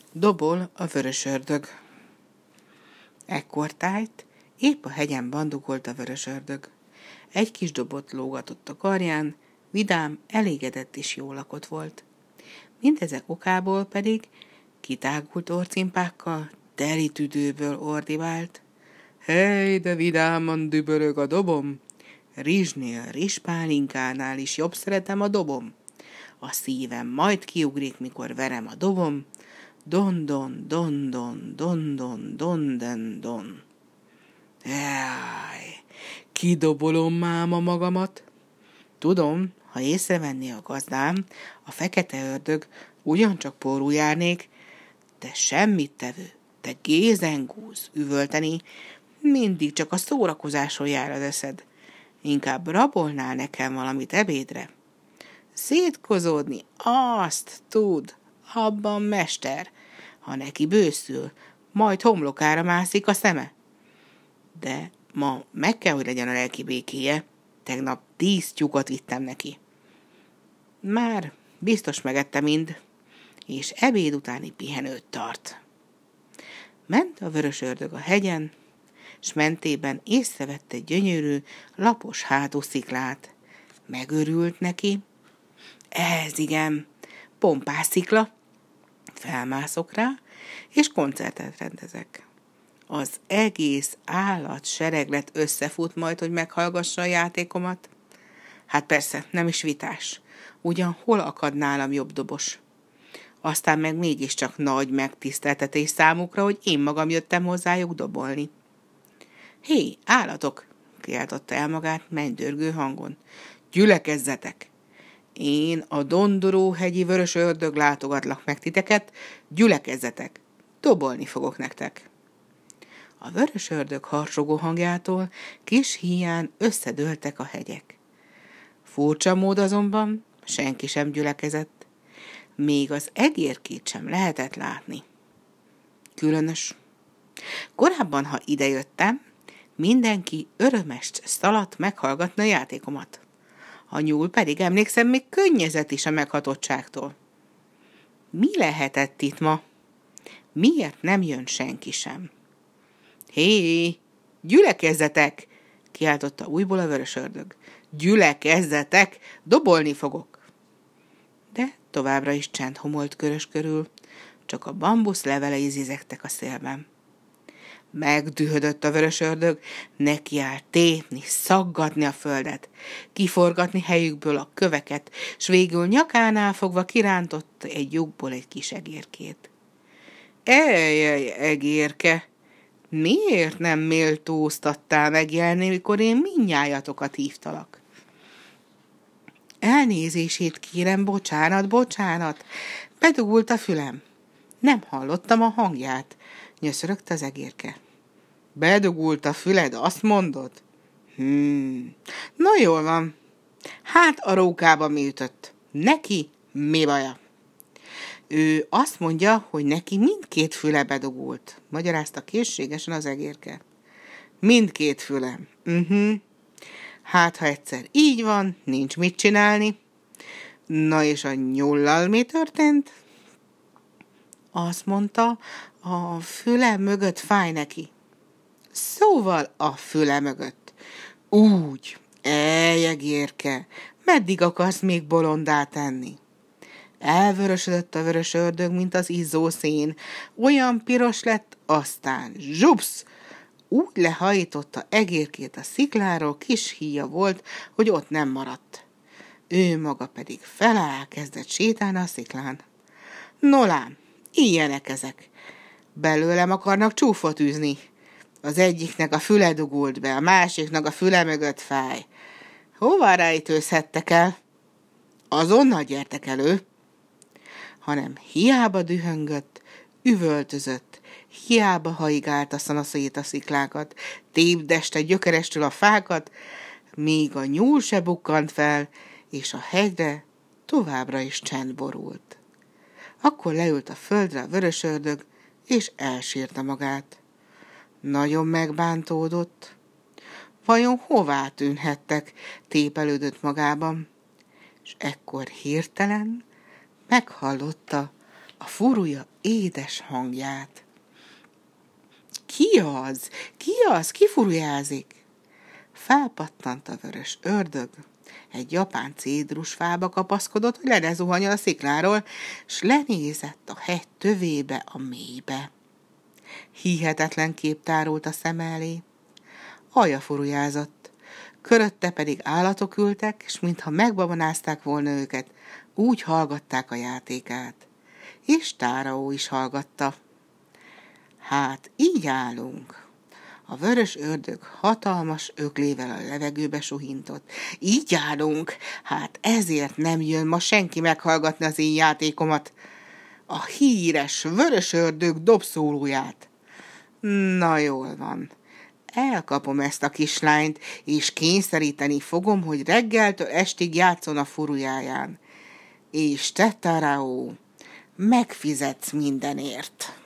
Dobol a vörös ördög. Ekkortájt épp a hegyen bandukolt a vörös ördög. Egy kis dobot lógatott a karján, vidám, elégedett és jól lakott volt. Mindezek okából pedig kitágult orcimpákkal, teli tüdőből ordibált. Hely, de vidáman dübörög a dobom! Rizsnél, rizspálinkánál is jobb szeretem a dobom. A szívem majd kiugrik, mikor verem a dobom. Don-don, don-don, don-don, don-don-don. Jaj, kidobolom máma magamat. Tudom, ha észrevenné a gazdám, a fekete ördög, ugyancsak pórul járnék, de semmit tevő, te gézengúz üvölteni, mindig csak a szórakozáson jár az eszed. Inkább rabolnál nekem valamit ebédre. Szétkozódni, azt tud, abban mester, ha neki bőszül, majd homlokára mászik a szeme. De ma meg kell, hogy legyen a lelki békéje, tegnap 10 tyúkot vittem neki. Már biztos megette mind, és ebéd utáni pihenőt tart. Ment a vörös ördög a hegyen, s mentében észrevette egy gyönyörű, lapos hátú sziklát. Megörült neki. Ez igen, pompás szikla. Felmászok rá, és koncertet rendezek. Az egész állatsereglet összefut majd, hogy meghallgassa a játékomat. Hát persze, nem is vitás. Ugyan hol akad nálam jobb dobos? Aztán meg mégiscsak nagy megtiszteltetés számukra, hogy én magam jöttem hozzájuk dobolni. Hé, állatok! Kiáltotta el magát mennydörgő hangon. Gyülekezzetek! Én a Dondoróhegyi vörös ördög látogatlak meg titeket, gyülekezzetek! Dobolni fogok nektek! A vörös ördög harsogó hangjától kis híján összedőltek a hegyek. Furcsa mód azonban senki sem gyülekezett, még az egérkét sem lehetett látni. Különös. Korábban, ha idejöttem, mindenki örömest szaladt meghallgatni a játékomat. A nyúl pedig, emlékszem, még könnyezett is a meghatottságtól. Mi lehetett itt ma? Miért nem jön senki sem? Hé, gyülekezzetek! Kiáltotta újból a vörös ördög. Gyülekezzetek! Dobolni fogok! De továbbra is csend homolt körös körül, csak a bambusz levelei zizegtek a szélben. Megdühödött a vörös ördög, nekiállt tépni, szaggatni a földet, kiforgatni helyükből a köveket, s végül nyakánál fogva kirántott egy lyukból egy kis egérkét. Ejjej, egérke! Miért nem méltóztattál megjelenni, mikor én mindnyájatokat hívtalak? Elnézését kérem, bocsánat, bedugult a fülem. Nem hallottam a hangját, nyöszörögte az egérke. Bedugult a füled, azt mondod? Na jól van. Hát a rókába mi ütött? Neki mi baja? Ő azt mondja, hogy neki mindkét füle bedugult, magyarázta készségesen az egérke. Mindkét füle. Hát, ha egyszer így van, nincs mit csinálni. Na és a nyullal mi történt? Azt mondta, a füle mögött fáj neki. Szóval a füle mögött. Úgy, egérke, meddig akarsz még bolondát tenni? Elvörösödött a vörös ördög, mint az izzó szén. Olyan piros lett, aztán zsupsz! Úgy lehajította egérkét a szikláról, kis híja volt, hogy ott nem maradt. Ő maga pedig feláll kezdett sétálni a sziklán. Nolám, ilyenek ezek. Belőlem akarnak csúfot űzni. Az egyiknek a füle dugult be, a másiknak a füle mögött fáj. Hová rejtőzhettek el? Azonnal gyertek elő. Hanem hiába dühöngött, üvöltözött, hiába haigálta szanaszét a sziklákat, tépdeste gyökerestül a fákat, míg a nyúl se bukkant fel, és a hegyre továbbra is csend borult. Akkor leült a földre a vörös ördög, és elsírta magát. Nagyon megbántódott. Vajon hová tűnhettek, tépelődött magában, és ekkor hirtelen meghallotta a furúja édes hangját. Ki az? Ki az? Ki furujázik? Felpattant a vörös ördög, egy japán cédrusfába kapaszkodott, hogy le ne zuhanjon a szikláról, s lenézett a hegy tövébe, a mélybe. Hihetetlen kép tárult a szem elé. Alja furujázott, körötte pedig állatok ültek, és mintha megbabonázták volna őket, úgy hallgatták a játékát. És Táraó is hallgatta. Hát, így állunk. A vörös ördög hatalmas öklével a levegőbe suhintott. Így állunk, hát ezért nem jön ma senki meghallgatni az én játékomat. A híres vörös ördög dobszólóját. Na jól van. Elkapom ezt a kislányt, és kényszeríteni fogom, hogy reggeltől estig játszon a furujáján. És te, Táraó, megfizetsz mindenért.